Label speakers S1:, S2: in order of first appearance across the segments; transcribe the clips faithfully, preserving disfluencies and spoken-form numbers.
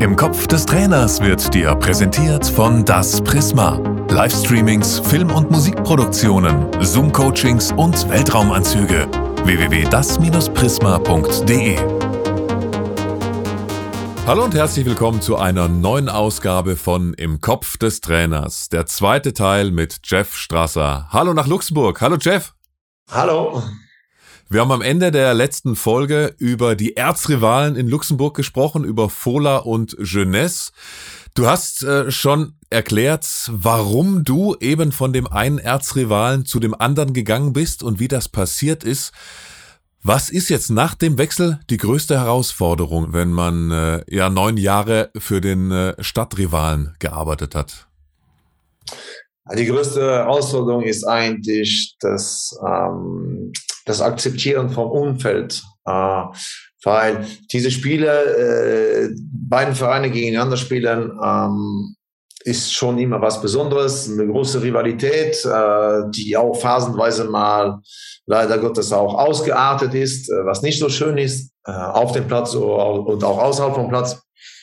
S1: Im Kopf des Trainers wird dir präsentiert von das Prisma. Livestreamings, Film- und Musikproduktionen, Zoom-Coachings und Weltraumanzüge. w w w punkt das Prisma punkt de. Hallo und herzlich willkommen zu einer neuen Ausgabe von Im Kopf des Trainers. Der zweite Teil mit Jeff Strasser. Hallo nach Luxemburg. Hallo Jeff.
S2: Hallo.
S1: Wir haben am Ende der letzten Folge über die Erzrivalen in Luxemburg gesprochen, über Fola und Jeunesse. Du hast äh, schon erklärt, warum du eben von dem einen Erzrivalen zu dem anderen gegangen bist und wie das passiert ist. Was ist jetzt nach dem Wechsel die größte Herausforderung, wenn man äh, ja neun Jahre für den äh, Stadtrivalen gearbeitet hat?
S2: Die größte Herausforderung ist eigentlich das, ähm, das Akzeptieren vom Umfeld, äh, weil diese Spiele, äh, beiden Vereine gegeneinander spielen, ähm, ist schon immer was Besonderes, eine große Rivalität, äh, die auch phasenweise mal leider Gottes auch ausgeartet ist, äh, was nicht so schön ist, äh, auf dem Platz und auch außerhalb vom Platz.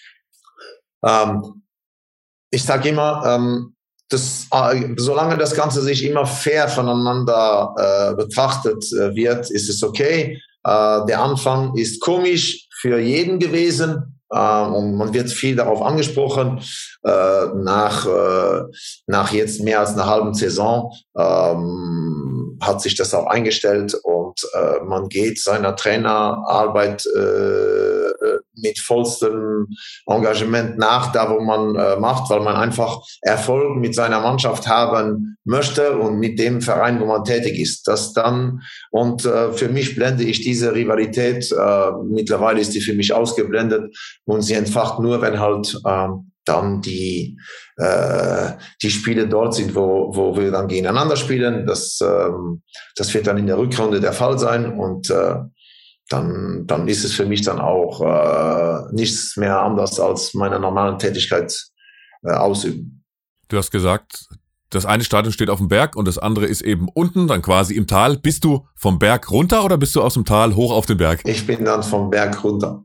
S2: Ähm, ich sage immer, ähm, Das, solange das Ganze sich immer fair voneinander äh, betrachtet äh, wird, ist es okay. Äh, der Anfang ist komisch für jeden gewesen äh, und man wird viel darauf angesprochen. Äh, nach, äh, nach jetzt mehr als einer halben Saison ähm, hat sich das auch eingestellt und äh, man geht seiner Trainerarbeit äh, mit vollstem Engagement nach, da wo man äh, macht, weil man einfach Erfolg mit seiner Mannschaft haben möchte und mit dem Verein, wo man tätig ist. Das dann und äh, für mich blende ich diese Rivalität, äh, mittlerweile ist die für mich ausgeblendet und sie entfacht nur, wenn halt äh, dann die äh, die Spiele dort sind, wo wo wir dann gegeneinander spielen. Das äh, das wird dann in der Rückrunde der Fall sein und äh, dann, dann ist es für mich dann auch äh, nichts mehr anders als meine normalen Tätigkeit äh, ausüben.
S1: Du hast gesagt, das eine Stadion steht auf dem Berg und das andere ist eben unten, dann quasi im Tal. Bist du vom Berg runter oder bist du aus dem Tal hoch auf den Berg?
S2: Ich bin dann vom Berg runter.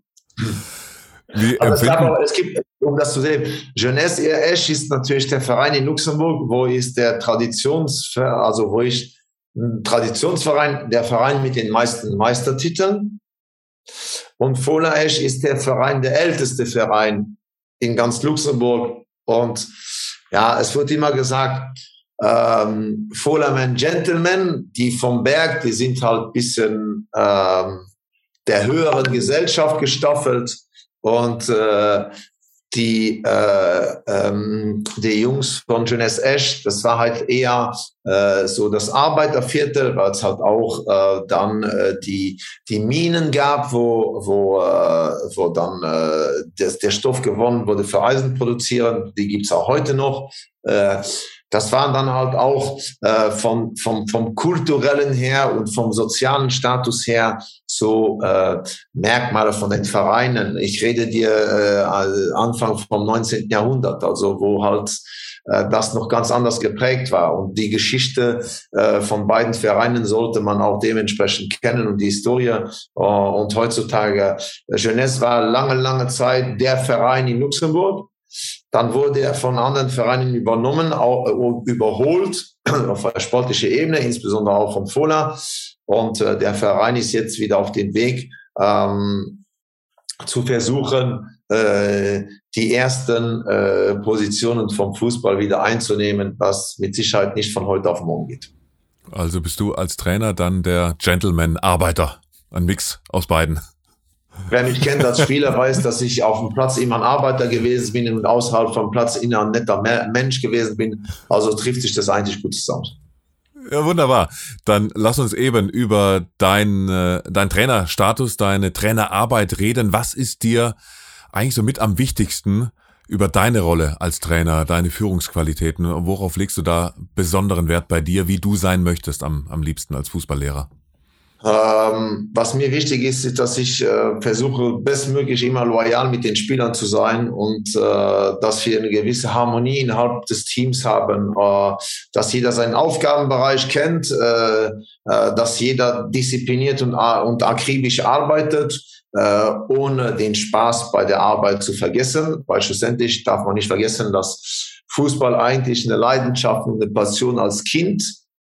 S1: Wie
S2: Aber es, gab auch, es gibt, um das zu sehen, Jeunesse Esch ist natürlich der Verein in Luxemburg, wo ist der Traditionsverein, also wo ich Traditionsverein, der Verein mit den meisten Meistertiteln. Und Fola Esch ist der Verein, der älteste Verein in ganz Luxemburg. Und ja, es wird immer gesagt, ähm, Fola Men Gentlemen, die vom Berg, die sind halt ein bisschen ähm, der höheren Gesellschaft gestaffelt. Und äh, die, äh, ähm, die Jungs von Jeunesse Esch, das war halt eher äh, so das Arbeiterviertel, weil es halt auch äh, dann äh, die, die Minen gab, wo, wo, äh, wo dann äh, der, der Stoff gewonnen wurde für Eisen produzieren. Die gibt's auch heute noch. Äh, Das waren dann halt auch äh, vom, vom, vom kulturellen her und vom sozialen Status her so äh, Merkmale von den Vereinen. Ich rede dir äh, Anfang vom neunzehnten Jahrhundert, also wo halt äh, das noch ganz anders geprägt war. Und die Geschichte äh, von beiden Vereinen sollte man auch dementsprechend kennen und die Historie. Äh, und heutzutage, Jeunesse war lange, lange Zeit der Verein in Luxemburg. Dann wurde er von anderen Vereinen übernommen, auch, äh, überholt auf einer sportlichen Ebene, insbesondere auch vom Fola. Und äh, der Verein ist jetzt wieder auf dem Weg, ähm, zu versuchen, äh, die ersten äh, Positionen vom Fußball wieder einzunehmen, was mit Sicherheit nicht von heute auf morgen geht.
S1: Also bist du als Trainer dann der Gentleman-Arbeiter, ein Mix aus beiden.
S2: Wer mich kennt als Spieler, weiß, dass ich auf dem Platz immer ein Arbeiter gewesen bin und außerhalb vom Platz immer ein netter Mensch gewesen bin. Also trifft sich das eigentlich gut zusammen.
S1: Ja, wunderbar. Dann lass uns eben über dein, äh, dein Trainerstatus, deine Trainerarbeit reden. Was ist dir eigentlich so mit am wichtigsten über deine Rolle als Trainer, deine Führungsqualitäten? Worauf legst du da besonderen Wert bei dir, wie du sein möchtest am, am liebsten als Fußballlehrer?
S2: Ähm, was mir wichtig ist, ist, dass ich äh, versuche, bestmöglich immer loyal mit den Spielern zu sein und äh, dass wir eine gewisse Harmonie innerhalb des Teams haben, äh, dass jeder seinen Aufgabenbereich kennt, äh, äh, dass jeder diszipliniert und, und akribisch arbeitet äh, ohne den Spaß bei der Arbeit zu vergessen, weil schlussendlich darf man nicht vergessen, dass Fußball eigentlich eine Leidenschaft und eine Passion als Kind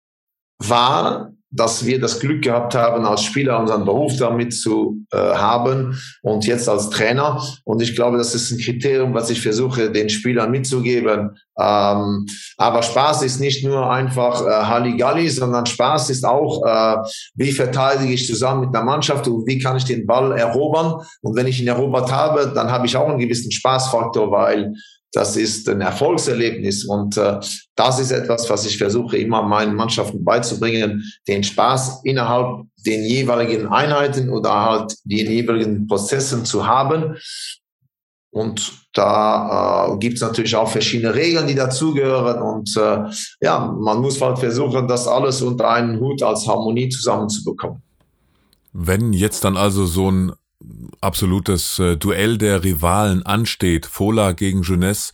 S2: war, dass wir das Glück gehabt haben, als Spieler unseren Beruf damit zu äh, haben und jetzt als Trainer. Und ich glaube, das ist ein Kriterium, was ich versuche, den Spielern mitzugeben. Ähm, aber Spaß ist nicht nur einfach äh, Halligalli, sondern Spaß ist auch, äh, wie verteidige ich zusammen mit einer Mannschaft und wie kann ich den Ball erobern. Und wenn ich ihn erobert habe, dann habe ich auch einen gewissen Spaßfaktor, weil das ist ein Erfolgserlebnis und äh, das ist etwas, was ich versuche immer meinen Mannschaften beizubringen, den Spaß innerhalb den jeweiligen Einheiten oder halt den jeweiligen Prozessen zu haben. Und da äh, gibt es natürlich auch verschiedene Regeln, die dazugehören und äh, ja, man muss halt versuchen, das alles unter einen Hut als Harmonie zusammenzubekommen.
S1: Wenn jetzt dann also so ein absolutes äh, Duell der Rivalen ansteht, Fola gegen Jeunesse,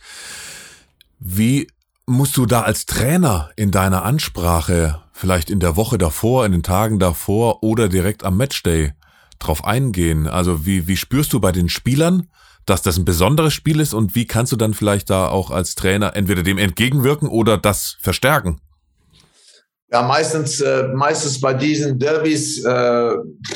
S1: wie musst du da als Trainer in deiner Ansprache, vielleicht in der Woche davor, in den Tagen davor oder direkt am Matchday drauf eingehen? Also wie, wie spürst du bei den Spielern, dass das ein besonderes Spiel ist und wie kannst du dann vielleicht da auch als Trainer entweder dem entgegenwirken oder das verstärken?
S2: Ja, meistens, äh, meistens bei diesen Derbys, äh,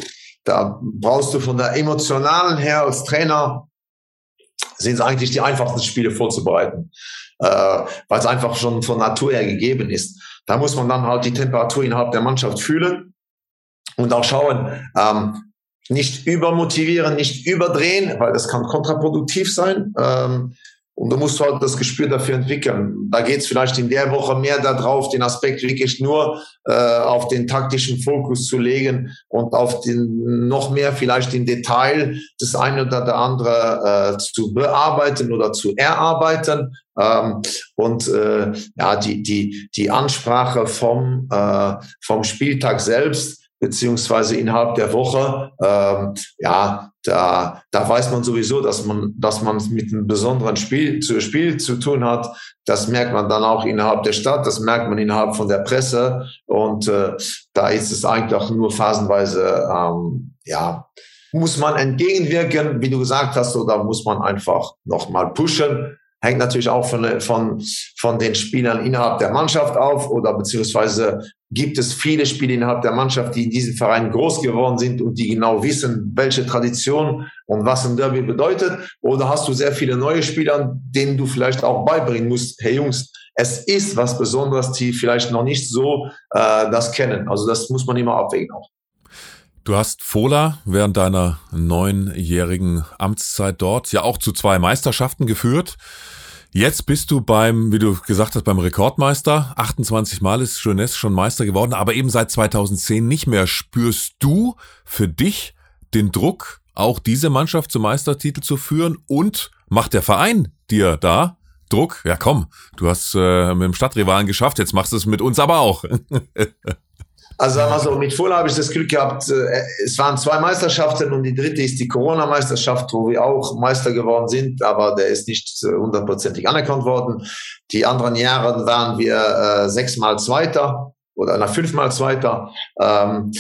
S2: da brauchst du von der emotionalen her als Trainer, sind es eigentlich die einfachsten Spiele vorzubereiten, äh, weil es einfach schon von Natur her gegeben ist. Da muss man dann halt die Temperatur innerhalb der Mannschaft fühlen und auch schauen, ähm, nicht übermotivieren, nicht überdrehen, weil das kann kontraproduktiv sein. Ähm, Und du musst halt das Gespür dafür entwickeln. Da geht es vielleicht in der Woche mehr darauf, den Aspekt wirklich nur äh, auf den taktischen Fokus zu legen und auf den noch mehr vielleicht im Detail das eine oder das andere äh, zu bearbeiten oder zu erarbeiten. Ähm, und äh, ja, die, die, die Ansprache vom, äh, vom Spieltag selbst, beziehungsweise innerhalb der Woche, ähm, ja, da, da weiß man sowieso, dass man, dass man mit einem besonderen Spiel zu, Spiel zu tun hat. Das merkt man dann auch innerhalb der Stadt, das merkt man innerhalb von der Presse und äh, da ist es eigentlich auch nur phasenweise, ähm, ja, muss man entgegenwirken, wie du gesagt hast, oder muss man einfach nochmal pushen. Hängt natürlich auch von, von, von den Spielern innerhalb der Mannschaft auf oder beziehungsweise gibt es viele Spieler innerhalb der Mannschaft, die in diesem Verein groß geworden sind und die genau wissen, welche Tradition und was ein Derby bedeutet. Oder hast du sehr viele neue Spieler, denen du vielleicht auch beibringen musst, hey Jungs, es ist was Besonderes, die vielleicht noch nicht so äh, das kennen. Also das muss man immer abwägen auch.
S1: Du hast Fola während deiner neunjährigen Amtszeit dort ja auch zu zwei Meisterschaften geführt. Jetzt bist du beim, wie du gesagt hast, beim Rekordmeister. achtundzwanzig Mal ist Jeunesse schon Meister geworden, aber eben seit zweitausendzehn nicht mehr. Spürst du für dich den Druck, auch diese Mannschaft zum Meistertitel zu führen? Und macht der Verein dir da Druck? Ja komm, du hast äh, mit dem Stadtrivalen geschafft, jetzt machst du es mit uns aber auch.
S2: Also sagen wir so, mit Fola habe ich das Glück gehabt, äh, es waren zwei Meisterschaften und die dritte ist die Corona-Meisterschaft, wo wir auch Meister geworden sind, aber der ist nicht hundertprozentig anerkannt worden. Die anderen Jahre waren wir äh, sechsmal Zweiter oder na, fünfmal Zweiter. Ähm,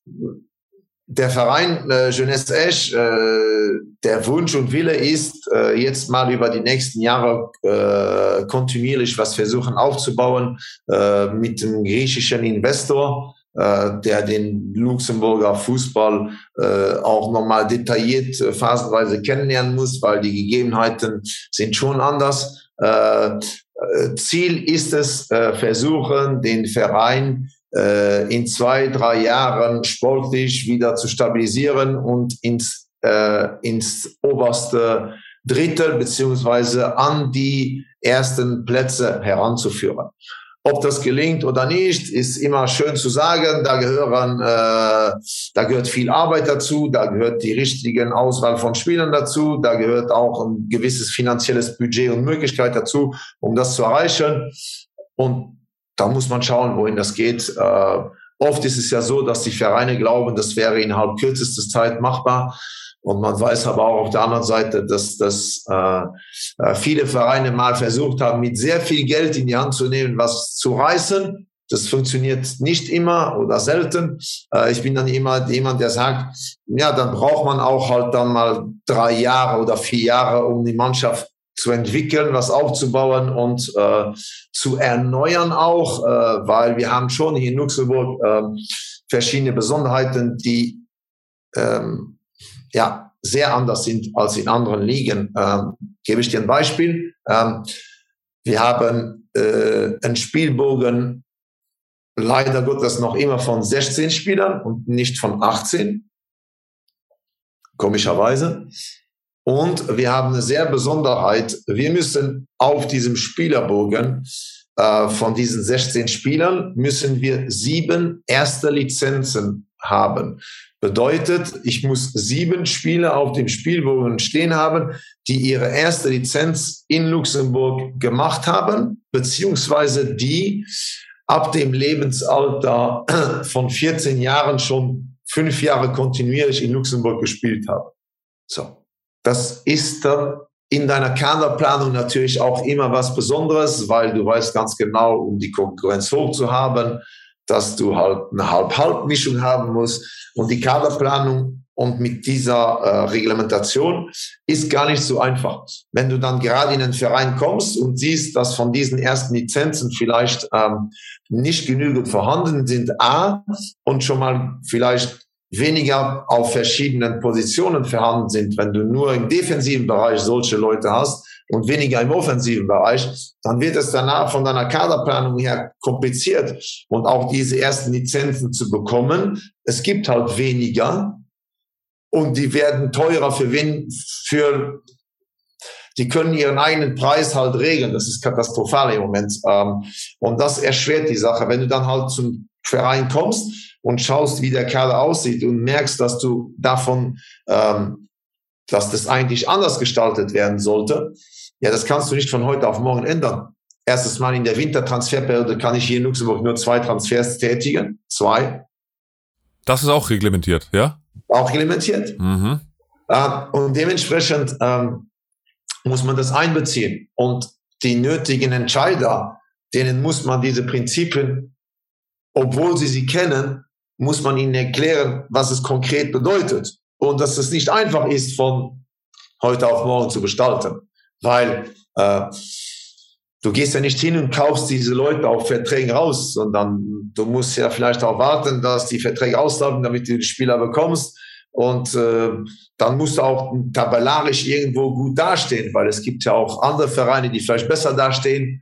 S2: der Verein äh, Jeunesse Esch, äh, der Wunsch und Wille ist, äh, jetzt mal über die nächsten Jahre äh, kontinuierlich was versuchen aufzubauen äh, mit dem griechischen Investor, der den Luxemburger Fußball äh, auch nochmal detailliert äh, phasenweise kennenlernen muss, weil die Gegebenheiten sind schon anders. Äh, Ziel ist es, äh, versuchen, den Verein äh, in zwei, drei Jahren sportlich wieder zu stabilisieren und ins, äh, ins oberste Drittel beziehungsweise an die ersten Plätze heranzuführen. Ob das gelingt oder nicht, ist immer schön zu sagen. Da gehören, äh, da gehört viel Arbeit dazu, da gehört die richtigen Auswahl von Spielern dazu, da gehört auch ein gewisses finanzielles Budget und Möglichkeit dazu, um das zu erreichen. Und da muss man schauen, wohin das geht. Äh, oft ist es ja so, dass die Vereine glauben, das wäre innerhalb kürzester Zeit machbar. Und man weiß aber auch auf der anderen Seite, dass, dass äh, viele Vereine mal versucht haben, mit sehr viel Geld in die Hand zu nehmen, was zu reißen. Das funktioniert nicht immer oder selten. Äh, ich bin dann immer jemand, der sagt, ja, dann braucht man auch halt dann mal drei Jahre oder vier Jahre, um die Mannschaft zu entwickeln, was aufzubauen und äh, zu erneuern auch, äh, weil wir haben schon hier in Luxemburg äh, verschiedene Besonderheiten, die ähm, ja sehr anders sind als in anderen Ligen. Ähm, gebe ich dir ein Beispiel. Ähm, wir haben äh, einen Spielbogen leider Gottes noch immer von sechzehn Spielern und nicht von achtzehn. Komischerweise. Und wir haben eine sehr Besonderheit. Wir müssen auf diesem Spielerbogen äh, von diesen sechzehn Spielern müssen wir sieben erste Lizenzen haben. Bedeutet, ich muss sieben Spieler auf dem Spielbogen stehen haben, die ihre erste Lizenz in Luxemburg gemacht haben, beziehungsweise die ab dem Lebensalter von vierzehn Jahren schon fünf Jahre kontinuierlich in Luxemburg gespielt haben. So. Das ist dann in deiner Kaderplanung natürlich auch immer was Besonderes, weil du weißt ganz genau, um die Konkurrenz hoch zu haben, dass du halt eine Halb-Halb-Mischung haben musst. Und die Kaderplanung und mit dieser äh, Reglementation ist gar nicht so einfach. Wenn du dann gerade in einen Verein kommst und siehst, dass von diesen ersten Lizenzen vielleicht ähm, nicht genügend vorhanden sind, A, und schon mal vielleicht weniger auf verschiedenen Positionen vorhanden sind, wenn du nur im defensiven Bereich solche Leute hast und weniger im offensiven Bereich, dann wird es danach von deiner Kaderplanung her kompliziert und auch diese ersten Lizenzen zu bekommen. Es gibt halt weniger und die werden teurer für wen, für, die können ihren eigenen Preis halt regeln. Das ist katastrophal im Moment. Und das erschwert die Sache. Wenn du dann halt zum Verein kommst und schaust, wie der Kader aussieht und merkst, dass du davon, ähm, dass das eigentlich anders gestaltet werden sollte, ja, das kannst du nicht von heute auf morgen ändern. Erstes Mal in der Wintertransferperiode kann ich hier in Luxemburg nur zwei Transfers tätigen. Zwei.
S1: Das ist auch reglementiert, ja?
S2: Auch reglementiert.
S1: Mhm.
S2: Äh, und dementsprechend ähm, muss man das einbeziehen. Und die nötigen Entscheider, denen muss man diese Prinzipien, obwohl sie sie kennen, muss man ihnen erklären, was es konkret bedeutet. Und dass es nicht einfach ist, von heute auf morgen zu gestalten. Weil äh, du gehst ja nicht hin und kaufst diese Leute auf Verträgen raus, sondern du musst ja vielleicht auch warten, dass die Verträge auslaufen, damit du die Spieler bekommst. Und äh, dann musst du auch tabellarisch irgendwo gut dastehen, weil es gibt ja auch andere Vereine, die vielleicht besser dastehen.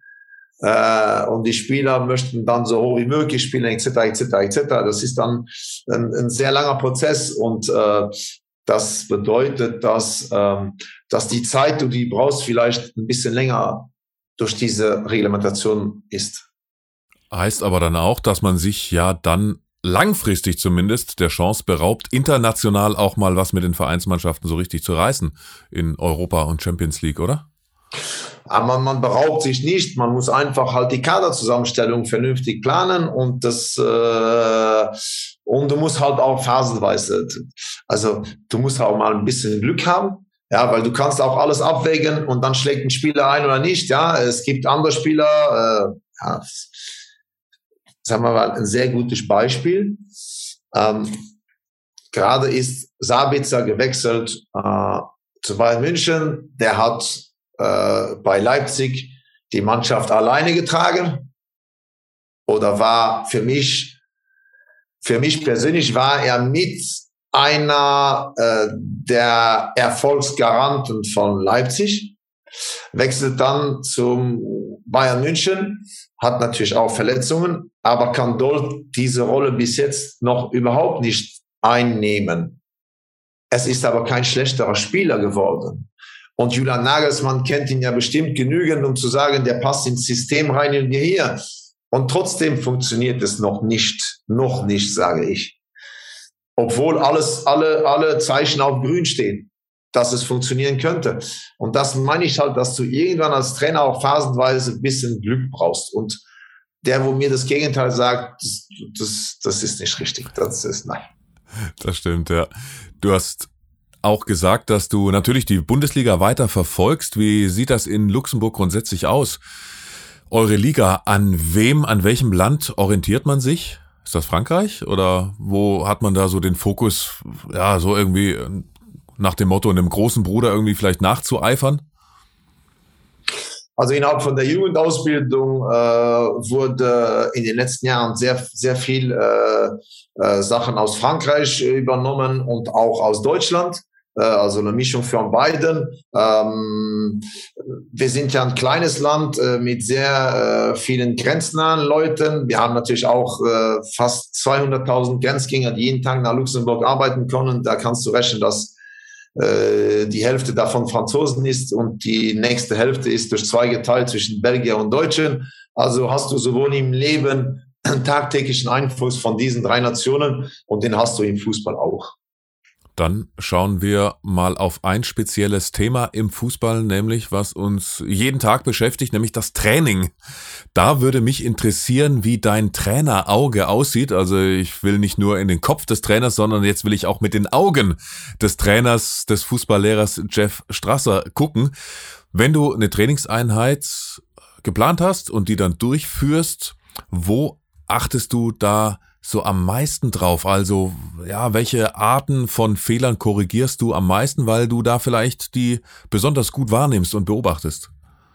S2: Äh, und die Spieler möchten dann so hoch wie möglich spielen, et cetera, et cetera, et cetera. Das ist dann ein, ein sehr langer Prozess und äh, das bedeutet, dass, ähm, dass die Zeit, die du brauchst, vielleicht ein bisschen länger durch diese Reglementation ist.
S1: Heißt aber dann auch, dass man sich ja dann langfristig zumindest der Chance beraubt, international auch mal was mit den Vereinsmannschaften so richtig zu reißen in Europa und Champions League, oder?
S2: Aber man, man beraubt sich nicht, man muss einfach halt die Kaderzusammenstellung vernünftig planen und das äh, und du musst halt auch phasenweise, also du musst auch mal ein bisschen Glück haben, ja, weil du kannst auch alles abwägen und dann schlägt ein Spieler ein oder nicht, ja, es gibt andere Spieler, äh, ja, sagen wir mal ein sehr gutes Beispiel. Ähm, gerade ist Sabitzer gewechselt äh, zu Bayern München, der hat bei Leipzig die Mannschaft alleine getragen oder war für mich, für mich persönlich war er mit einer äh, der Erfolgsgaranten von Leipzig, wechselt dann zum Bayern München, hat natürlich auch Verletzungen, aber kann dort diese Rolle bis jetzt noch überhaupt nicht einnehmen. Es ist aber kein schlechterer Spieler geworden. Und Julian Nagelsmann kennt ihn ja bestimmt genügend, um zu sagen, der passt ins System rein und hier. Und trotzdem funktioniert es noch nicht. Noch nicht, sage ich. Obwohl alles, alle, alle Zeichen auf grün stehen, dass es funktionieren könnte. Und das meine ich halt, dass du irgendwann als Trainer auch phasenweise ein bisschen Glück brauchst. Und der, wo mir das Gegenteil sagt, das, das, das ist nicht richtig. Das ist, nein.
S1: Das stimmt, ja. Du hast auch gesagt, dass du natürlich die Bundesliga weiter verfolgst. Wie sieht das in Luxemburg grundsätzlich aus? Eure Liga, an wem, an welchem Land orientiert man sich? Ist das Frankreich oder wo hat man da so den Fokus, ja, so irgendwie nach dem Motto, einem großen Bruder irgendwie vielleicht nachzueifern?
S2: Also innerhalb von der Jugendausbildung äh, wurde in den letzten Jahren sehr, sehr viel äh, äh, Sachen aus Frankreich übernommen und auch aus Deutschland. Äh, also eine Mischung von beiden. Ähm, wir sind ja ein kleines Land äh, mit sehr äh, vielen grenznahen Leuten. Wir haben natürlich auch äh, fast zweihunderttausend Grenzgänger, die jeden Tag nach Luxemburg arbeiten können. Da kannst du rechnen, dass die Hälfte davon Franzosen ist und die nächste Hälfte ist durch zwei geteilt zwischen Belgier und Deutschen. Also hast du sowohl im Leben einen tagtäglichen Einfluss von diesen drei Nationen und den hast du im Fußball auch.
S1: Dann schauen wir mal auf ein spezielles Thema im Fußball, nämlich was uns jeden Tag beschäftigt, nämlich das Training. Da würde mich interessieren, wie dein Trainerauge aussieht. Also ich will nicht nur in den Kopf des Trainers, sondern jetzt will ich auch mit den Augen des Trainers, des Fußballlehrers Jeff Strasser gucken. Wenn du eine Trainingseinheit geplant hast und die dann durchführst, wo achtest du da so am meisten drauf? Also, ja, welche Arten von Fehlern korrigierst du am meisten, weil du da vielleicht die besonders gut wahrnimmst und beobachtest?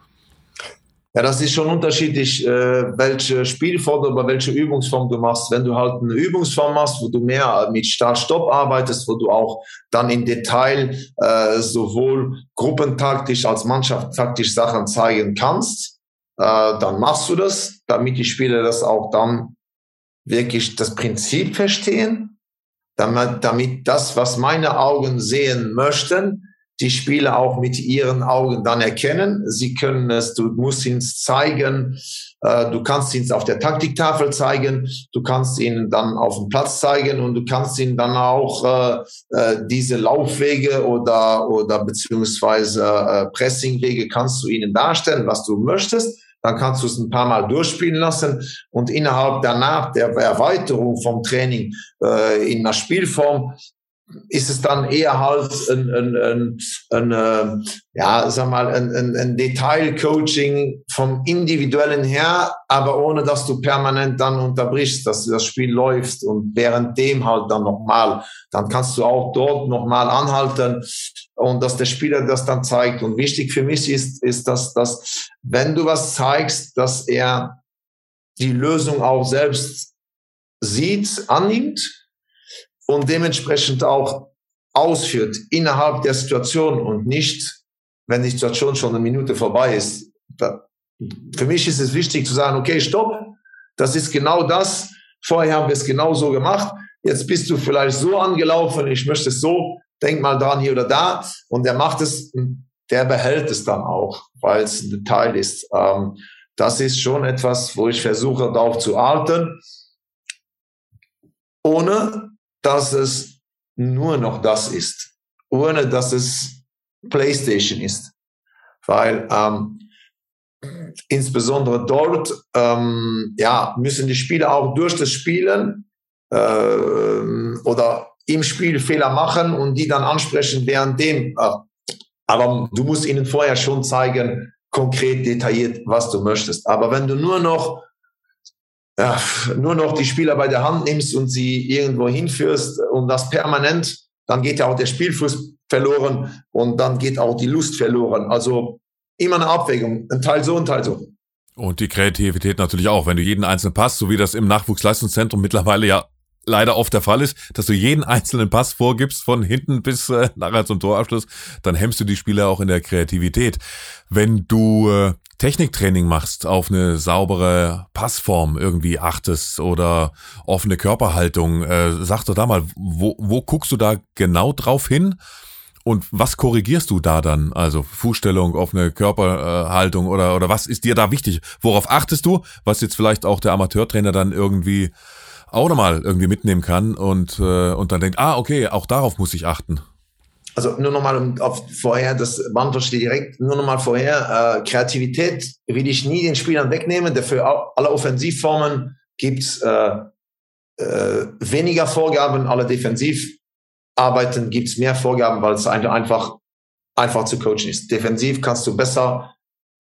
S2: Ja, das ist schon unterschiedlich, äh, welche Spielform oder welche Übungsform du machst. Wenn du halt eine Übungsform machst, wo du mehr mit Start-Stopp arbeitest, wo du auch dann im Detail äh, sowohl gruppentaktisch als mannschaftstaktisch Sachen zeigen kannst, äh, dann machst du das, damit die Spieler das auch dann wirklich das Prinzip verstehen, damit, damit das, was meine Augen sehen möchten, die Spieler auch mit ihren Augen dann erkennen. Sie können es, du musst ihnen zeigen, äh, du kannst ihnen auf der Taktiktafel zeigen, du kannst ihnen dann auf dem Platz zeigen und du kannst ihnen dann auch äh, äh, diese Laufwege oder, oder beziehungsweise äh, Pressingwege kannst du ihnen darstellen, was du möchtest. Dann kannst du es ein paar Mal durchspielen lassen und innerhalb danach der Erweiterung vom Training äh, in einer Spielform ist es dann eher halt ein, ein, ein, ein, ein ja, sag mal, ein, ein, ein Detail-Coaching vom Individuellen her, aber ohne, dass du permanent dann unterbrichst, dass du das Spiel läufst und währenddem halt dann nochmal, dann kannst du auch dort nochmal anhalten und dass der Spieler das dann zeigt. Und wichtig für mich ist, ist, dass, dass wenn du was zeigst, dass er die Lösung auch selbst sieht, annimmt, und dementsprechend auch ausführt innerhalb der Situation und nicht, wenn die Situation schon eine Minute vorbei ist. Da, für mich ist es wichtig zu sagen, okay, stopp, das ist genau das. Vorher haben wir es genau so gemacht. Jetzt bist du vielleicht so angelaufen, ich möchte es so, denk mal dran hier oder da. Und der macht es, der behält es dann auch, weil es ein Detail ist. Ähm, das ist schon etwas, wo ich versuche, darauf zu achten, ohne dass es nur noch das ist, ohne dass es PlayStation ist. Weil ähm, insbesondere dort ähm, ja, müssen die Spieler auch durch das Spielen äh, oder im Spiel Fehler machen und die dann ansprechen währenddem. Äh, aber du musst ihnen vorher schon zeigen, konkret, detailliert, was du möchtest. Aber wenn du nur noch Ja, nur noch die Spieler bei der Hand nimmst und sie irgendwo hinführst und das permanent, dann geht ja auch der Spielfluss verloren und dann geht auch die Lust verloren. Also immer eine Abwägung, ein Teil so, ein Teil so.
S1: Und die Kreativität natürlich auch, wenn du jeden einzelnen Pass, so wie das im Nachwuchsleistungszentrum mittlerweile ja leider oft der Fall ist, dass du jeden einzelnen Pass vorgibst, von hinten bis äh, nachher zum Torabschluss, dann hemmst du die Spieler auch in der Kreativität. Wenn du äh, Techniktraining machst, auf eine saubere Passform irgendwie achtest oder offene Körperhaltung, äh, sag doch da mal, wo, wo guckst du da genau drauf hin und was korrigierst du da dann? Also Fußstellung, offene Körperhaltung oder, oder was ist dir da wichtig? Worauf achtest du, was jetzt vielleicht auch der Amateurtrainer dann irgendwie auch nochmal irgendwie mitnehmen kann und, äh, und dann denkt, ah, okay, auch darauf muss ich achten.
S2: Also nur nochmal auf vorher, das beantworte ich direkt, nur nochmal vorher, äh, Kreativität will ich nie den Spielern wegnehmen, dafür alle Offensivformen gibt's äh, äh, weniger Vorgaben, alle Defensivarbeiten gibt's mehr Vorgaben, weil es einfach, einfach zu coachen ist. Defensiv kannst du besser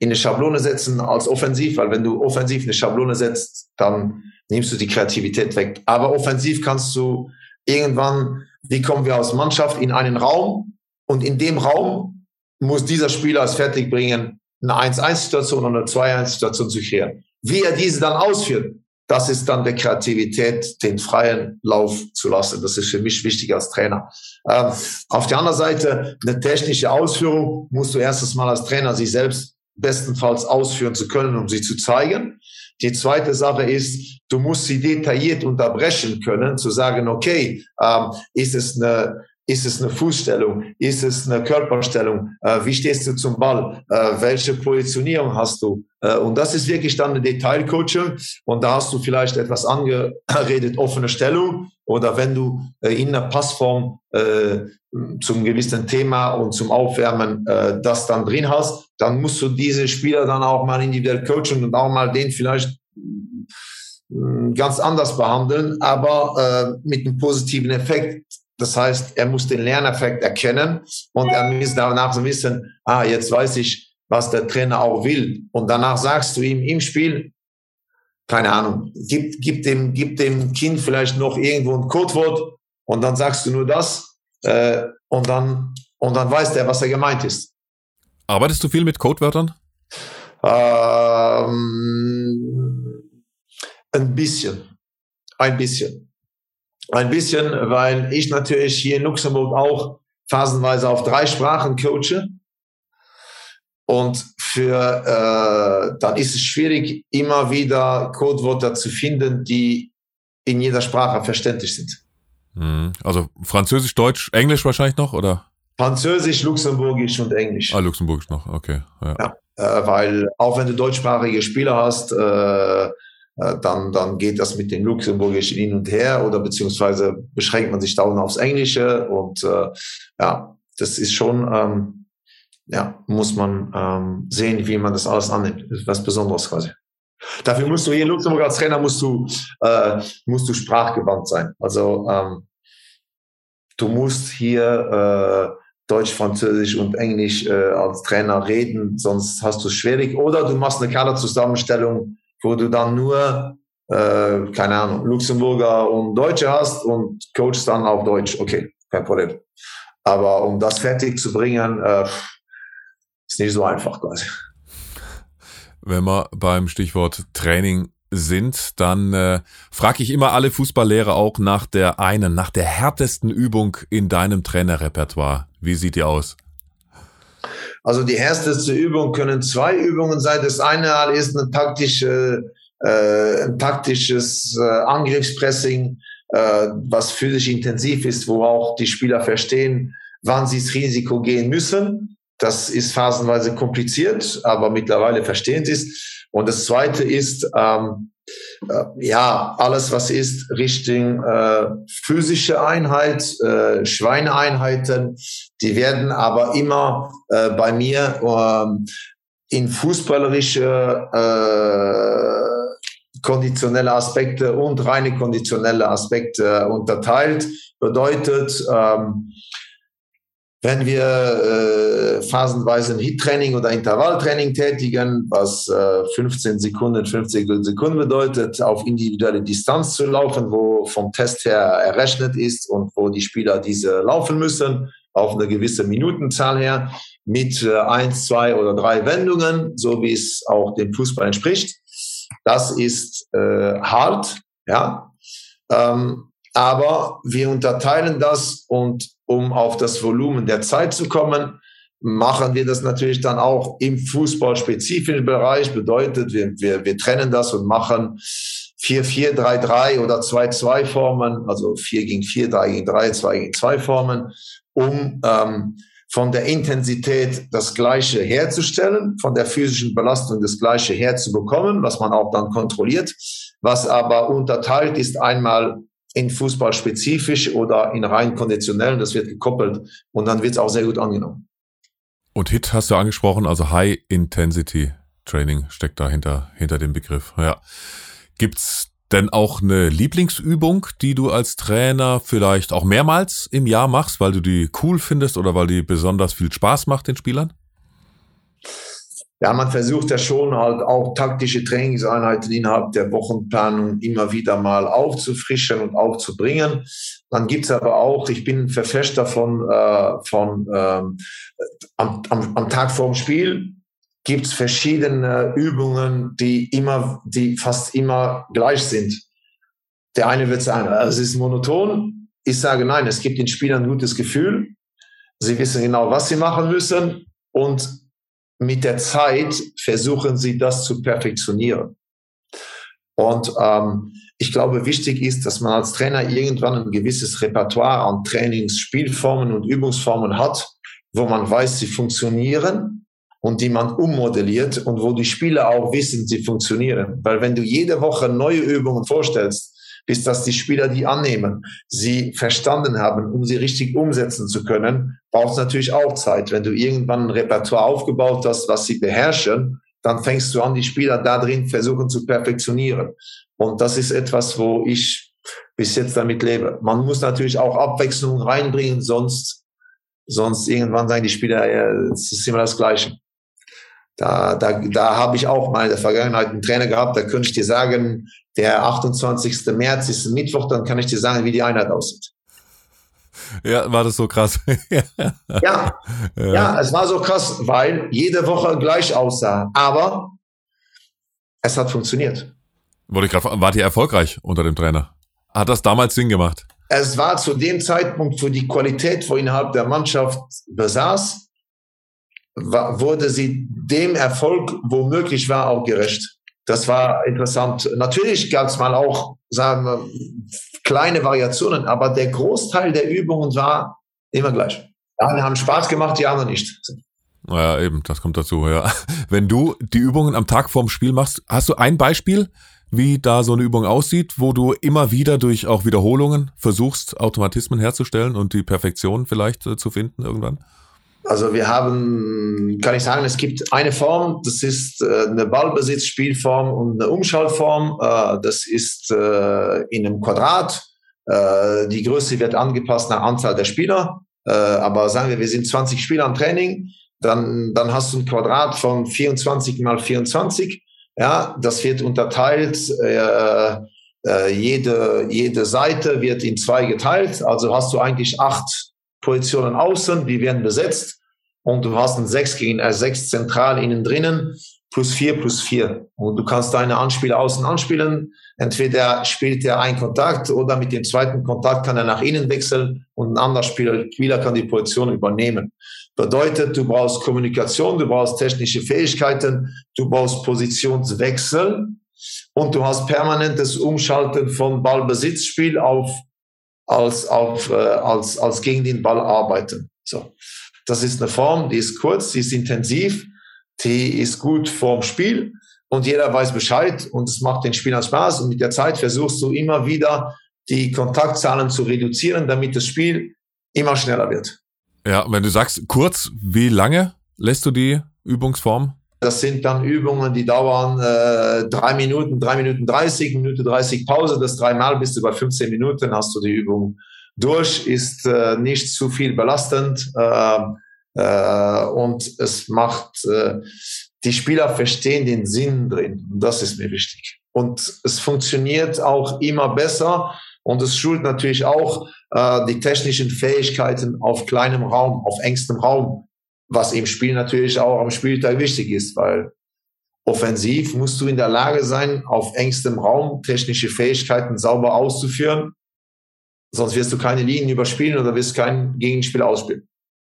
S2: in eine Schablone setzen als offensiv, weil wenn du offensiv eine Schablone setzt, dann nimmst du die Kreativität weg. Aber offensiv kannst du irgendwann, wie kommen wir als Mannschaft in einen Raum und in dem Raum muss dieser Spieler es fertig bringen, eine eins eins Situation oder eine zwei eins Situation zu kreieren. Wie er diese dann ausführt, das ist dann der Kreativität, den freien Lauf zu lassen. Das ist für mich wichtig als Trainer. Ähm, auf der anderen Seite, eine technische Ausführung musst du erstes Mal als Trainer sich selbst bestenfalls ausführen zu können, um sie zu zeigen. Die zweite Sache ist, du musst sie detailliert unterbrechen können, zu sagen, okay, ähm, ist es eine Ist es eine Fußstellung? Ist es eine Körperstellung? Äh, wie stehst du zum Ball? Äh, welche Positionierung hast du? Äh, und das ist wirklich dann eine Detailcoaching. Und da hast du vielleicht etwas angeredet, offene Stellung. Oder wenn du äh, in einer Passform äh, zum gewissen Thema und zum Aufwärmen äh, das dann drin hast, dann musst du diese Spieler dann auch mal individuell coachen und auch mal den vielleicht äh, ganz anders behandeln, aber äh, mit einem positiven Effekt. Das heißt, er muss den Lerneffekt erkennen und er muss danach so wissen, ah, jetzt weiß ich, was der Trainer auch will. Und danach sagst du ihm im Spiel, keine Ahnung, gib, gib, dem, gib dem Kind vielleicht noch irgendwo ein Codewort und dann sagst du nur das äh, und, dann, und dann weiß der, was er gemeint ist.
S1: Arbeitest du viel mit Codewörtern?
S2: Ähm, ein bisschen. Ein bisschen. Ein bisschen, weil ich natürlich hier in Luxemburg auch phasenweise auf drei Sprachen coache. Und für äh, dann ist es schwierig, immer wieder Codewörter zu finden, die in jeder Sprache verständlich sind.
S1: Also Französisch, Deutsch, Englisch wahrscheinlich noch, oder?
S2: Französisch, Luxemburgisch und Englisch.
S1: Ah, Luxemburgisch noch, okay. Ja,
S2: ja äh, weil auch wenn du deutschsprachige Spieler hast, äh, Dann, dann geht das mit dem Luxemburgischen hin und her oder beziehungsweise beschränkt man sich dauernd aufs Englische und äh, ja, das ist schon, ähm, ja, muss man ähm, sehen, wie man das alles annimmt. Das ist was Besonderes quasi. Dafür musst du hier in Luxemburg als Trainer musst du, äh, musst du sprachgewandt sein. Also ähm, du musst hier äh, Deutsch, Französisch und Englisch äh, als Trainer reden, sonst hast du es schwierig. Oder du machst eine Kaderzusammenstellung, wo du dann nur, äh, keine Ahnung, Luxemburger und Deutsche hast und coachst dann auf Deutsch. Okay, kein Problem. Aber um das fertig zu bringen, äh, ist nicht so einfach quasi.
S1: Wenn wir beim Stichwort Training sind, dann äh, frage ich immer alle Fußballlehrer auch nach der einen, nach der härtesten Übung in deinem Trainerrepertoire. Wie sieht die aus?
S2: Also die härteste Übung können zwei Übungen sein. Das eine ist eine taktische, äh, ein taktisches äh, Angriffspressing, äh, was physisch intensiv ist, wo auch die Spieler verstehen, wann sie ins Risiko gehen müssen. Das ist phasenweise kompliziert, aber mittlerweile verstehen sie es. Und das zweite ist, ähm, äh, ja, alles, was ist Richtung äh, physische Einheit, äh, Schweineeinheiten, die werden aber immer äh, bei mir äh, in fußballerische äh, konditionelle Aspekte und reine konditionelle Aspekte unterteilt. Bedeutet, ähm, wenn wir äh, phasenweise ein Hit-Training oder Intervalltraining tätigen, was äh, fünfzehn Sekunden, fünfzig Sekunden bedeutet, auf individuelle Distanz zu laufen, wo vom Test her errechnet ist und wo die Spieler diese laufen müssen, auf eine gewisse Minutenzahl her, mit äh, eins, zwei oder drei Wendungen, so wie es auch dem Fußball entspricht. Das ist äh, hart, ja. Ähm, aber wir unterteilen das und um auf das Volumen der Zeit zu kommen, machen wir das natürlich dann auch im fußballspezifischen Bereich. Bedeutet, wir, wir, wir trennen das und machen vier vier, drei drei oder zwei zwei Formen, also vier gegen vier, drei gegen drei, zwei gegen zwei Formen, um ähm, von der Intensität das Gleiche herzustellen, von der physischen Belastung das Gleiche herzubekommen, was man auch dann kontrolliert, was aber unterteilt ist einmal in Fußball spezifisch oder in rein konditionell, das wird gekoppelt und dann wird es auch sehr gut angenommen.
S1: Und H I T hast du angesprochen, also High Intensity Training steckt da hinter, hinter dem Begriff. Ja. Gibt's denn auch eine Lieblingsübung, die du als Trainer vielleicht auch mehrmals im Jahr machst, weil du die cool findest oder weil die besonders viel Spaß macht den Spielern?
S2: ja, man versucht ja schon halt auch taktische Trainingseinheiten innerhalb der Wochenplanung immer wieder mal aufzufrischen und aufzubringen. Dann gibt's aber auch, ich bin ein Verfechter von, äh, von ähm, am, am, am Tag vorm Spiel gibt's verschiedene Übungen, die immer, die fast immer gleich sind. Der eine wird sagen, es ist monoton. Ich sage nein, es gibt den Spielern ein gutes Gefühl. Sie wissen genau, was sie machen müssen und mit der Zeit versuchen sie das zu perfektionieren. Und ähm, ich glaube, wichtig ist, dass man als Trainer irgendwann ein gewisses Repertoire an Trainings, Spielformen und Übungsformen hat, wo man weiß, sie funktionieren und die man ummodelliert und wo die Spieler auch wissen, sie funktionieren. Weil wenn du jede Woche neue Übungen vorstellst, bis dass die Spieler die annehmen, sie verstanden haben, um sie richtig umsetzen zu können, braucht es natürlich auch Zeit. Wenn du irgendwann ein Repertoire aufgebaut hast, was sie beherrschen, dann fängst du an, die Spieler da drin versuchen zu perfektionieren. Und das ist etwas, wo ich bis jetzt damit lebe. Man muss natürlich auch Abwechslung reinbringen, sonst, sonst irgendwann sagen die Spieler, ja, es ist immer das Gleiche. Da, da, da habe ich auch mal in der Vergangenheit einen Trainer gehabt, da könnte ich dir sagen, der achtundzwanzigsten März ist ein Mittwoch, dann kann ich dir sagen, wie die Einheit aussieht.
S1: Ja, war das so krass?
S2: ja, ja, ja, es war so krass, weil jede Woche gleich aussah, aber es hat funktioniert.
S1: Wollte ich gerade, wart ihr erfolgreich unter dem Trainer? Hat das damals Sinn gemacht?
S2: Es war zu dem Zeitpunkt, wo die Qualität, wo innerhalb der Mannschaft besaß, war, wurde sie dem Erfolg, wo möglich war, auch gerecht. Das war interessant. Natürlich gab es mal auch, sagen wir, kleine Variationen, aber der Großteil der Übungen war immer gleich. Die einen haben Spaß gemacht, die anderen nicht.
S1: Ja, eben, das kommt dazu, ja. Wenn du die Übungen am Tag vorm Spiel machst, hast du ein Beispiel, wie da so eine Übung aussieht, wo du immer wieder durch auch Wiederholungen versuchst, Automatismen herzustellen und die Perfektion vielleicht äh, zu finden irgendwann?
S2: Also wir haben, kann ich sagen, es gibt eine Form, das ist äh, eine Ballbesitzspielform und eine Umschaltform. Äh, das ist äh, in einem Quadrat. Äh, die Größe wird angepasst nach Anzahl der Spieler. Äh, aber sagen wir, wir sind zwanzig Spieler am Training, dann, dann hast du ein Quadrat von vierundzwanzig mal vierundzwanzig. Ja, das wird unterteilt. Äh, äh, jede, jede Seite wird in zwei geteilt. Also hast du eigentlich acht Positionen außen, die werden besetzt und du hast ein sechs gegen ein sechs zentral innen drinnen, plus vier plus vier. Und du kannst deine Anspieler außen anspielen. Entweder spielt er einen Kontakt oder mit dem zweiten Kontakt kann er nach innen wechseln und ein anderer Spieler, Spieler kann die Position übernehmen. Bedeutet, du brauchst Kommunikation, du brauchst technische Fähigkeiten, du brauchst Positionswechsel und du hast permanentes Umschalten von Ballbesitzspiel auf als auf äh, als als gegen den Ball arbeiten. So, das ist eine Form, die ist kurz, die ist intensiv, die ist gut vorm Spiel und jeder weiß Bescheid und es macht den Spielern Spaß und mit der Zeit versuchst du immer wieder die Kontaktzahlen zu reduzieren, damit das Spiel immer schneller wird.
S1: Ja, wenn du sagst kurz, wie lange lässt du die Übungsform?
S2: Das sind dann Übungen, die dauern äh, drei Minuten, drei Minuten dreißig, Minute dreißig Pause. Das dreimal bist du bei fünfzehn Minuten, hast du die Übung durch, ist äh, nicht zu viel belastend äh, äh, und es macht, äh, die Spieler verstehen den Sinn drin. Und das ist mir wichtig. Und es funktioniert auch immer besser und es schult natürlich auch äh, die technischen Fähigkeiten auf kleinem Raum, auf engstem Raum. Was im Spiel natürlich auch am Spieltag wichtig ist, weil offensiv musst du in der Lage sein, auf engstem Raum technische Fähigkeiten sauber auszuführen, sonst wirst du keine Linien überspielen oder wirst keinen Gegenspieler ausspielen.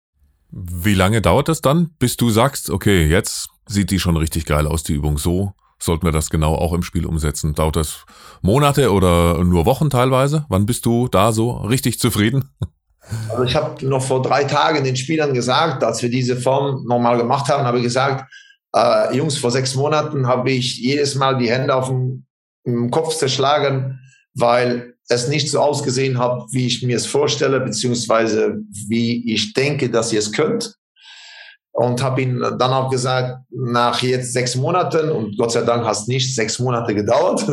S1: Wie lange dauert das dann, bis du sagst, okay, jetzt sieht die schon richtig geil aus, die Übung, so sollten wir das genau auch im Spiel umsetzen? Dauert das Monate oder nur Wochen teilweise? Wann bist du da so richtig zufrieden?
S2: Also ich habe noch vor drei Tagen den Spielern gesagt, als wir diese Form nochmal gemacht haben, habe ich gesagt, äh, Jungs, vor sechs Monaten habe ich jedes Mal die Hände auf den, den Kopf zerschlagen, weil es nicht so ausgesehen hat, wie ich mir es vorstelle, beziehungsweise wie ich denke, dass ihr es könnt. Und habe ihnen dann auch gesagt, nach jetzt sechs Monaten, und Gott sei Dank hat es nicht sechs Monate gedauert,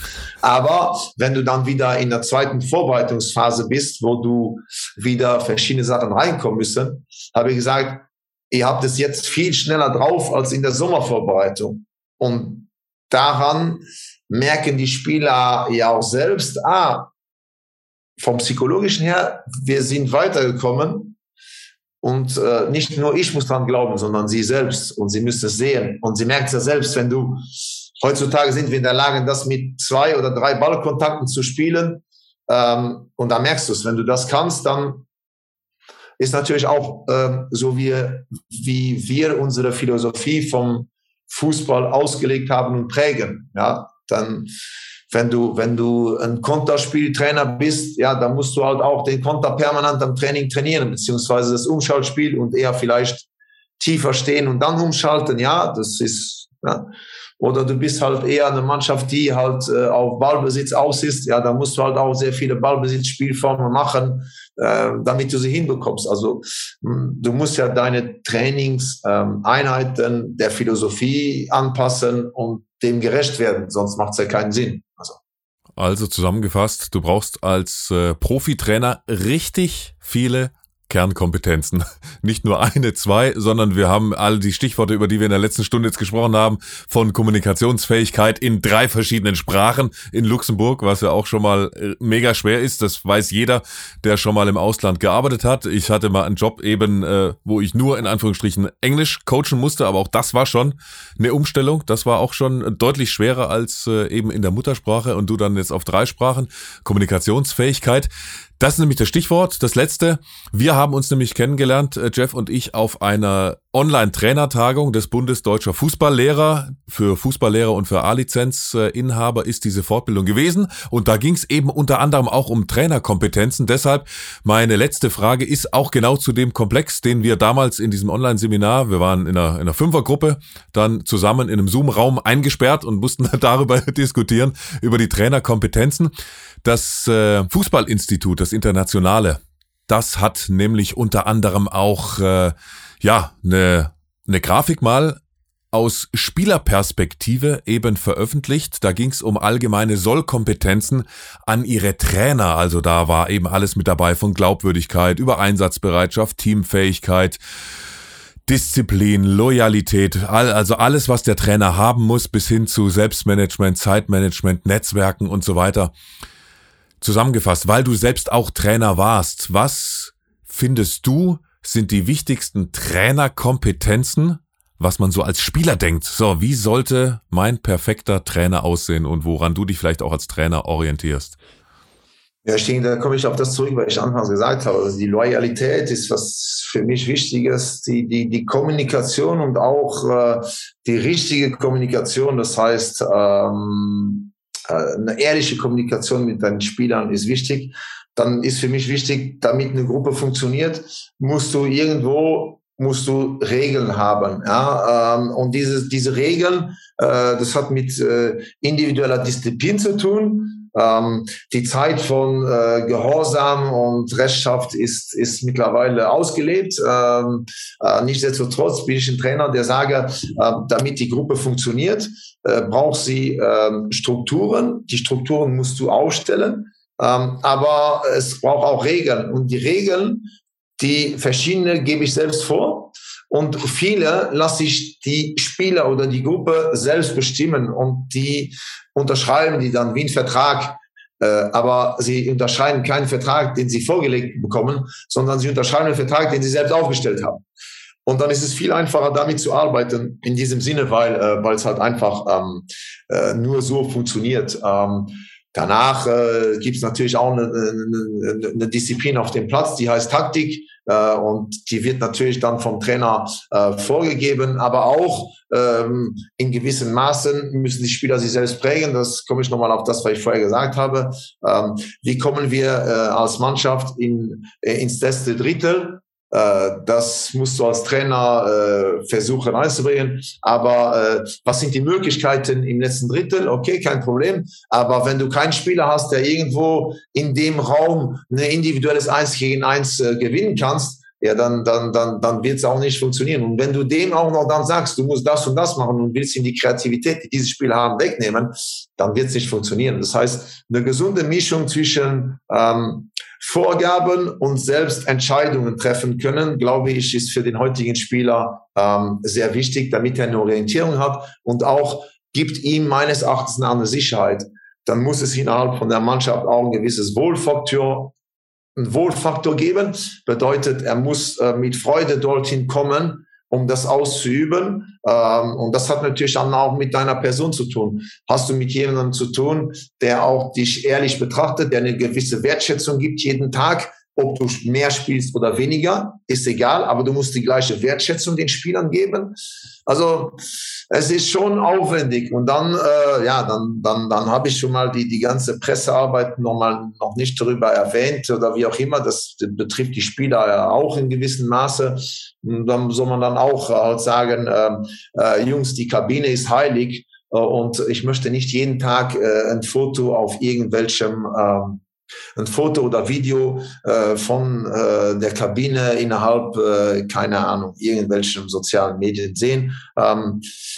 S2: aber wenn du dann wieder in der zweiten Vorbereitungsphase bist, wo du wieder verschiedene Sachen reinkommen müssen, habe ich gesagt, ihr habt es jetzt viel schneller drauf als in der Sommervorbereitung. Und daran merken die Spieler ja auch selbst, ah, vom Psychologischen her, wir sind weitergekommen und äh, nicht nur ich muss dran glauben, sondern sie selbst und sie müssen es sehen. Und sie merkt es ja selbst, wenn du, heutzutage sind wir in der Lage, das mit zwei oder drei Ballkontakten zu spielen ähm, und da merkst du es, wenn du das kannst, dann ist natürlich auch ähm, so, wie, wie wir unsere Philosophie vom Fußball ausgelegt haben und prägen. Ja, dann, wenn du, wenn du ein Konterspieltrainer bist, ja, dann musst du halt auch den Konter permanent am Training trainieren, beziehungsweise das Umschaltspiel und eher vielleicht tiefer stehen und dann umschalten. Ja, das ist, ja. Oder du bist halt eher eine Mannschaft, die halt äh, auf Ballbesitz aus ist. Ja, da musst du halt auch sehr viele Ballbesitzspielformen machen, äh, damit du sie hinbekommst. Also mh, du musst ja deine Trainingseinheiten ähm, der Philosophie anpassen und dem gerecht werden, sonst macht es ja keinen Sinn. Also.
S1: also zusammengefasst, du brauchst als äh, Profitrainer richtig viele Kernkompetenzen. Nicht nur eine, zwei, sondern wir haben all die Stichworte, über die wir in der letzten Stunde jetzt gesprochen haben, von Kommunikationsfähigkeit in drei verschiedenen Sprachen in Luxemburg, was ja auch schon mal mega schwer ist. Das weiß jeder, der schon mal im Ausland gearbeitet hat. Ich hatte mal einen Job eben, äh, wo ich nur in Anführungsstrichen Englisch coachen musste, aber auch das war schon eine Umstellung. Das war auch schon deutlich schwerer als äh, eben in der Muttersprache und du dann jetzt auf drei Sprachen. Kommunikationsfähigkeit. Das ist nämlich das Stichwort, das letzte. Wir haben uns nämlich kennengelernt, Jeff und ich, auf einer Online-Trainertagung des Bundes Deutscher Fußballlehrer. Für Fußballlehrer und für A-Lizenz-Inhaber ist diese Fortbildung gewesen. Und da ging es eben unter anderem auch um Trainerkompetenzen. Deshalb meine letzte Frage ist auch genau zu dem Komplex, den wir damals in diesem Online-Seminar, wir waren in einer, in einer Fünfergruppe, dann zusammen in einem Zoom-Raum eingesperrt und mussten darüber diskutieren, über die Trainerkompetenzen. Das äh, Fußballinstitut, das Internationale, das hat nämlich unter anderem auch äh, ja eine eine Grafik mal aus Spielerperspektive eben veröffentlicht. Da ging es um allgemeine Sollkompetenzen an ihre Trainer. Also da war eben alles mit dabei, von Glaubwürdigkeit über Einsatzbereitschaft, Teamfähigkeit, Disziplin, Loyalität, also alles, was der Trainer haben muss, bis hin zu Selbstmanagement, Zeitmanagement, Netzwerken und so weiter. Zusammengefasst, weil du selbst auch Trainer warst, was findest du sind die wichtigsten Trainerkompetenzen, was man so als Spieler denkt? So, wie sollte mein perfekter Trainer aussehen und woran du dich vielleicht auch als Trainer orientierst?
S2: Ja, ich denke, da komme ich auf das zurück, was ich anfangs gesagt habe. Also die Loyalität ist was für mich Wichtiges, die, die, die Kommunikation und auch äh, die richtige Kommunikation. Das heißt, ähm, eine ehrliche Kommunikation mit deinen Spielern ist wichtig. Dann ist für mich wichtig, damit eine Gruppe funktioniert, musst du irgendwo musst du Regeln haben. Ja? Und diese, diese Regeln, äh, das hat mit äh, individueller Disziplin zu tun. Ähm, die Zeit von äh, Gehorsam und Rechtschaft ist, ist mittlerweile ausgelebt. Ähm, äh, nichtsdestotrotz bin ich ein Trainer, der sage, äh, damit die Gruppe funktioniert, äh, braucht sie äh, Strukturen. Die Strukturen musst du aufstellen, ähm, aber es braucht auch Regeln. Und die Regeln, die verschiedene gebe ich selbst vor. Und viele lasse ich die Spieler oder die Gruppe selbst bestimmen und die unterschreiben die dann wie ein Vertrag. Äh, aber sie unterschreiben keinen Vertrag, den sie vorgelegt bekommen, sondern sie unterschreiben einen Vertrag, den sie selbst aufgestellt haben. Und dann ist es viel einfacher, damit zu arbeiten, in diesem Sinne, weil äh, weil es halt einfach ähm, äh, nur so funktioniert. Ähm, danach äh, gibt es natürlich auch eine, eine, eine Disziplin auf dem Platz, die heißt Taktik. Äh, und die wird natürlich dann vom Trainer äh, vorgegeben, aber auch ähm, in gewissen Maßen müssen die Spieler sich selbst prägen. Das komme ich nochmal auf das, was ich vorher gesagt habe. Ähm, wie kommen wir äh, als Mannschaft in, äh, ins letzte Drittel? Das musst du als Trainer äh, versuchen einzubringen. Aber äh, was sind die Möglichkeiten im letzten Drittel? Okay, kein Problem. Aber wenn du keinen Spieler hast, der irgendwo in dem Raum ein individuelles Eins gegen Eins äh, gewinnen kannst, ja, dann, dann, dann, dann wird es auch nicht funktionieren. Und wenn du dem auch noch dann sagst, du musst das und das machen und willst ihm die Kreativität, die diese Spieler haben, wegnehmen, dann wird es nicht funktionieren. Das heißt, eine gesunde Mischung zwischen ähm, Vorgaben und selbst Entscheidungen treffen können, glaube ich, ist für den heutigen Spieler ähm, sehr wichtig, damit er eine Orientierung hat und auch gibt ihm meines Erachtens eine Sicherheit. Dann muss es innerhalb von der Mannschaft auch ein gewisses Wohlfaktor, ein Wohlfaktor geben. Bedeutet, er muss äh, mit Freude dorthin kommen, um das auszuüben. Ähm, und das hat natürlich dann auch mit deiner Person zu tun. Hast du mit jemandem zu tun, der auch dich ehrlich betrachtet, der eine gewisse Wertschätzung gibt jeden Tag, ob du mehr spielst oder weniger, ist egal, aber du musst die gleiche Wertschätzung den Spielern geben. Also es ist schon aufwendig und dann, äh, ja, dann, dann, dann habe ich schon mal die, die ganze Pressearbeit noch mal noch nicht darüber erwähnt oder wie auch immer. Das betrifft die Spieler ja auch in gewissem Maße. Und dann soll man dann auch halt sagen, äh, äh, Jungs, die Kabine ist heilig äh, und ich möchte nicht jeden Tag äh, ein Foto auf irgendwelchem äh, ein Foto oder Video äh, von äh, der Kabine innerhalb, äh, keine Ahnung, irgendwelchen sozialen Medien sehen, ähm,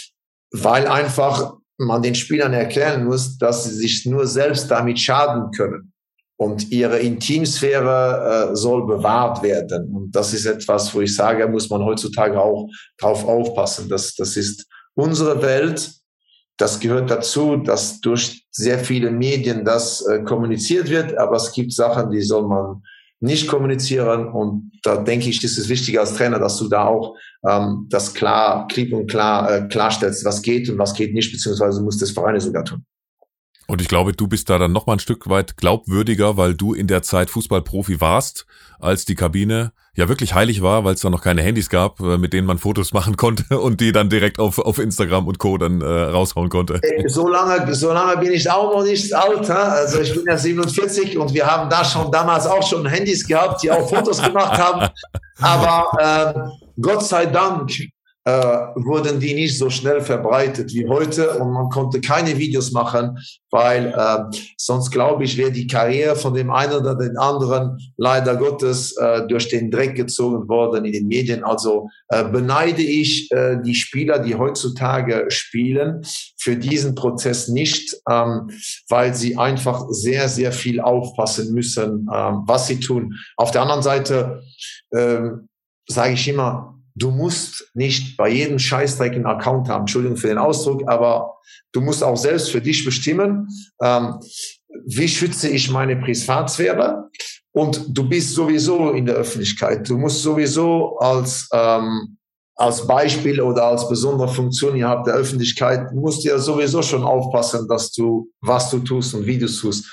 S2: weil einfach man den Spielern erklären muss, dass sie sich nur selbst damit schaden können. Und ihre Intimsphäre äh, soll bewahrt werden. Und das ist etwas, wo ich sage, muss man heutzutage auch drauf aufpassen. Das, das ist unsere Welt. Das gehört dazu, dass durch sehr viele Medien das äh, kommuniziert wird, aber es gibt Sachen, die soll man nicht kommunizieren und da denke ich, ist es wichtiger als Trainer, dass du da auch ähm, das klar, klipp und klar äh, klarstellst, was geht und was geht nicht, beziehungsweise muss das Vereine sogar tun.
S1: Und ich glaube, du bist da dann noch mal ein Stück weit glaubwürdiger, weil du in der Zeit Fußballprofi warst, als die Kabine ja wirklich heilig war, weil es da noch keine Handys gab, mit denen man Fotos machen konnte und die dann direkt auf auf Instagram und Co. dann äh, raushauen konnte.
S2: So lange, so lange bin ich auch noch nicht alt. He? Also ich bin ja siebenundvierzig und wir haben da schon damals auch schon Handys gehabt, die auch Fotos gemacht haben. Aber äh, Gott sei Dank äh, wurden die nicht so schnell verbreitet wie heute und man konnte keine Videos machen, weil äh, sonst, glaube ich, wäre die Karriere von dem einen oder den anderen leider Gottes äh, durch den Dreck gezogen worden in den Medien. Also äh, beneide ich äh, die Spieler, die heutzutage spielen, für diesen Prozess nicht, ähm, weil sie einfach sehr, sehr viel aufpassen müssen, ähm, was sie tun. Auf der anderen Seite äh, sage ich immer, du musst nicht bei jedem Scheißdreck einen Account haben. Entschuldigung für den Ausdruck, aber du musst auch selbst für dich bestimmen, ähm, wie schütze ich meine Privatsphäre? Und du bist sowieso in der Öffentlichkeit. Du musst sowieso als, ähm, als Beispiel oder als besondere Funktion innerhalb der Öffentlichkeit, musst du ja sowieso schon aufpassen, dass du, was du tust und wie du es tust.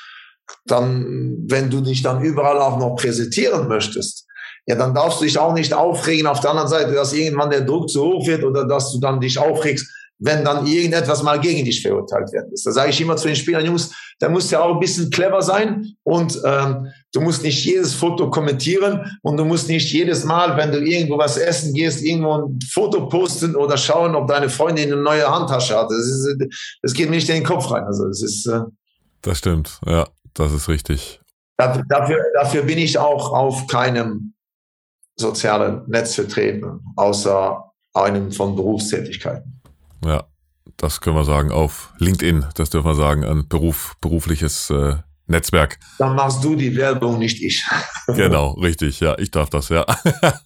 S2: Dann, wenn du dich dann überall auch noch präsentieren möchtest, ja, dann darfst du dich auch nicht aufregen auf der anderen Seite, dass irgendwann der Druck zu hoch wird oder dass du dann dich aufregst, wenn dann irgendetwas mal gegen dich verurteilt werden ist. Da sage ich immer zu den Spielern, Jungs, da musst du ja auch ein bisschen clever sein und ähm, du musst nicht jedes Foto kommentieren und du musst nicht jedes Mal, wenn du irgendwo was essen gehst, irgendwo ein Foto posten oder schauen, ob deine Freundin eine neue Handtasche hat. Das, ist, das geht mir nicht in den Kopf rein. Also das ist. Äh,
S1: das stimmt, ja, das ist richtig.
S2: Dafür, dafür, dafür bin ich auch auf keinem sozialen Netz vertreten, außer einem von Berufstätigkeiten.
S1: Ja, das können wir sagen, auf LinkedIn, das dürfen wir sagen, ein Beruf, berufliches äh, Netzwerk.
S2: Dann machst du die Werbung, nicht ich.
S1: Genau, richtig, ja, ich darf das, ja.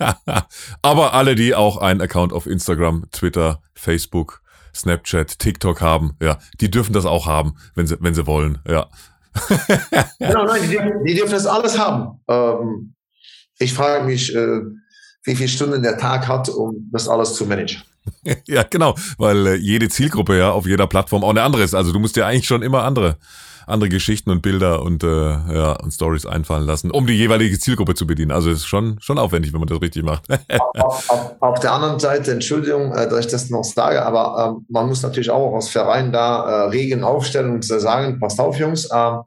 S1: Aber alle, die auch einen Account auf Instagram, Twitter, Facebook, Snapchat, TikTok haben, ja, die dürfen das auch haben, wenn sie, wenn sie wollen, ja.
S2: Genau, nein, die dürfen, die dürfen das alles haben. Ähm, Ich frage mich, äh, wie viele Stunden der Tag hat, um das alles zu managen.
S1: Ja, genau, weil äh, jede Zielgruppe ja auf jeder Plattform auch eine andere ist. Also du musst dir eigentlich schon immer andere andere Geschichten und Bilder und äh, ja und Stories einfallen lassen, um die jeweilige Zielgruppe zu bedienen. Also es ist schon schon aufwendig, wenn man das richtig macht.
S2: auf, auf, auf der anderen Seite, Entschuldigung, äh, dass ich das noch sage, aber äh, man muss natürlich auch als Verein da äh, Regeln aufstellen und äh, sagen, passt auf, Jungs, äh,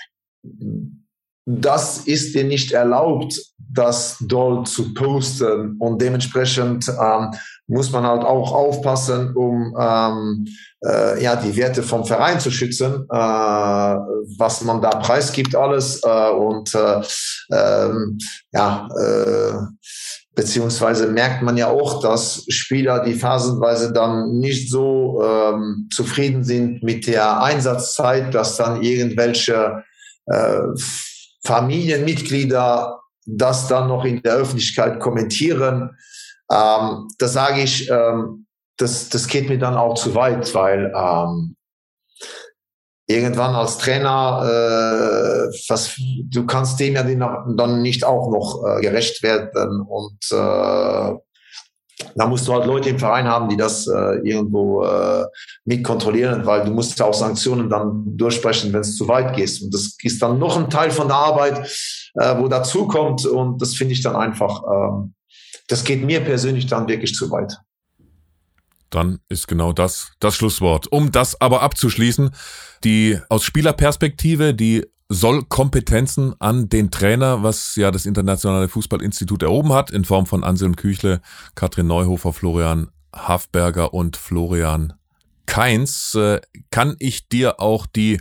S2: das ist dir nicht erlaubt, das dort zu posten und dementsprechend ähm, muss man halt auch aufpassen, um ähm, äh, ja die Werte vom Verein zu schützen, äh, was man da preisgibt alles äh, und äh, äh, ja äh, beziehungsweise merkt man ja auch, dass Spieler, die phasenweise dann nicht so ähm, zufrieden sind mit der Einsatzzeit, dass dann irgendwelche äh, Familienmitglieder das dann noch in der Öffentlichkeit kommentieren, ähm, da sage ich, ähm, das, das geht mir dann auch zu weit, weil ähm, irgendwann als Trainer, äh, was, du kannst dem ja dann nicht auch noch äh, gerecht werden und äh, da musst du halt Leute im Verein haben, die das äh, irgendwo äh, mit kontrollieren, weil du musst ja auch Sanktionen dann durchsprechen, wenn es zu weit geht. Und das ist dann noch ein Teil von der Arbeit, äh, wo dazu kommt und das finde ich dann einfach, ähm, das geht mir persönlich dann wirklich zu weit.
S1: Dann ist genau das das Schlusswort. Um das aber abzuschließen, die aus Spielerperspektive, die Sollkompetenzen an den Trainer, was ja das Internationale Fußballinstitut erhoben hat, in Form von Anselm Küchle, Katrin Neuhofer, Florian Hafberger und Florian Kainz, äh, kann ich dir auch die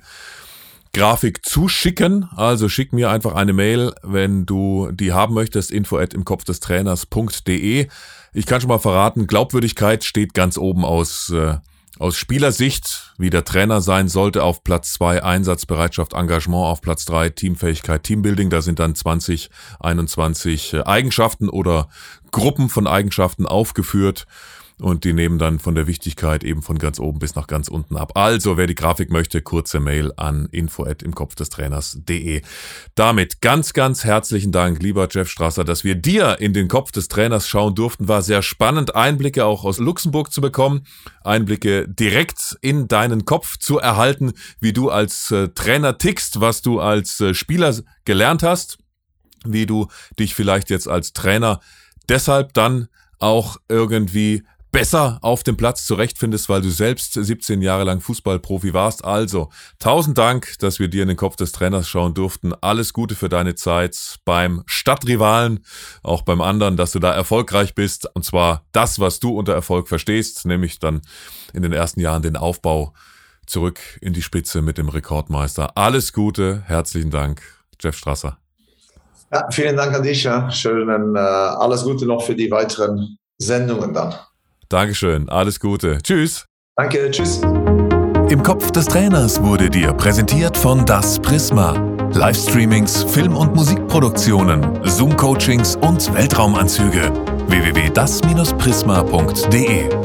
S1: Grafik zuschicken. Also schick mir einfach eine Mail, wenn du die haben möchtest, info at im Kopf des Trainers punkt de. Ich kann schon mal verraten, Glaubwürdigkeit steht ganz oben aus äh, Aus Spielersicht, wie der Trainer sein sollte, auf Platz zwei Einsatzbereitschaft, Engagement, auf Platz drei Teamfähigkeit, Teambuilding. Da sind dann zwanzig, einundzwanzig Eigenschaften oder Gruppen von Eigenschaften aufgeführt und die nehmen dann von der Wichtigkeit eben von ganz oben bis nach ganz unten ab. Also, wer die Grafik möchte, kurze Mail an info at im Kopf des Trainers punkt de. Damit ganz, ganz herzlichen Dank, lieber Jeff Strasser, dass wir dir in den Kopf des Trainers schauen durften. War sehr spannend, Einblicke auch aus Luxemburg zu bekommen, Einblicke direkt in deinen Kopf zu erhalten, wie du als äh, Trainer tickst, was du als äh, Spieler gelernt hast, wie du dich vielleicht jetzt als Trainer deshalb dann auch irgendwie besser auf dem Platz zurechtfindest, weil du selbst siebzehn Jahre lang Fußballprofi warst. Also, tausend Dank, dass wir dir in den Kopf des Trainers schauen durften. Alles Gute für deine Zeit beim Stadtrivalen, auch beim anderen, dass du da erfolgreich bist. Und zwar das, was du unter Erfolg verstehst, nämlich dann in den ersten Jahren den Aufbau zurück in die Spitze mit dem Rekordmeister. Alles Gute, herzlichen Dank, Jeff Strasser.
S2: Ja, vielen Dank an dich. Ja. Schön, äh, alles Gute noch für die weiteren Sendungen dann.
S1: Dankeschön, alles Gute. Tschüss.
S2: Danke, tschüss.
S3: Im Kopf des Trainers wurde dir präsentiert von Das Prisma. Livestreamings, Film- und Musikproduktionen, Zoom-Coachings und Weltraumanzüge. w w w punkt das Bindestrich prisma punkt de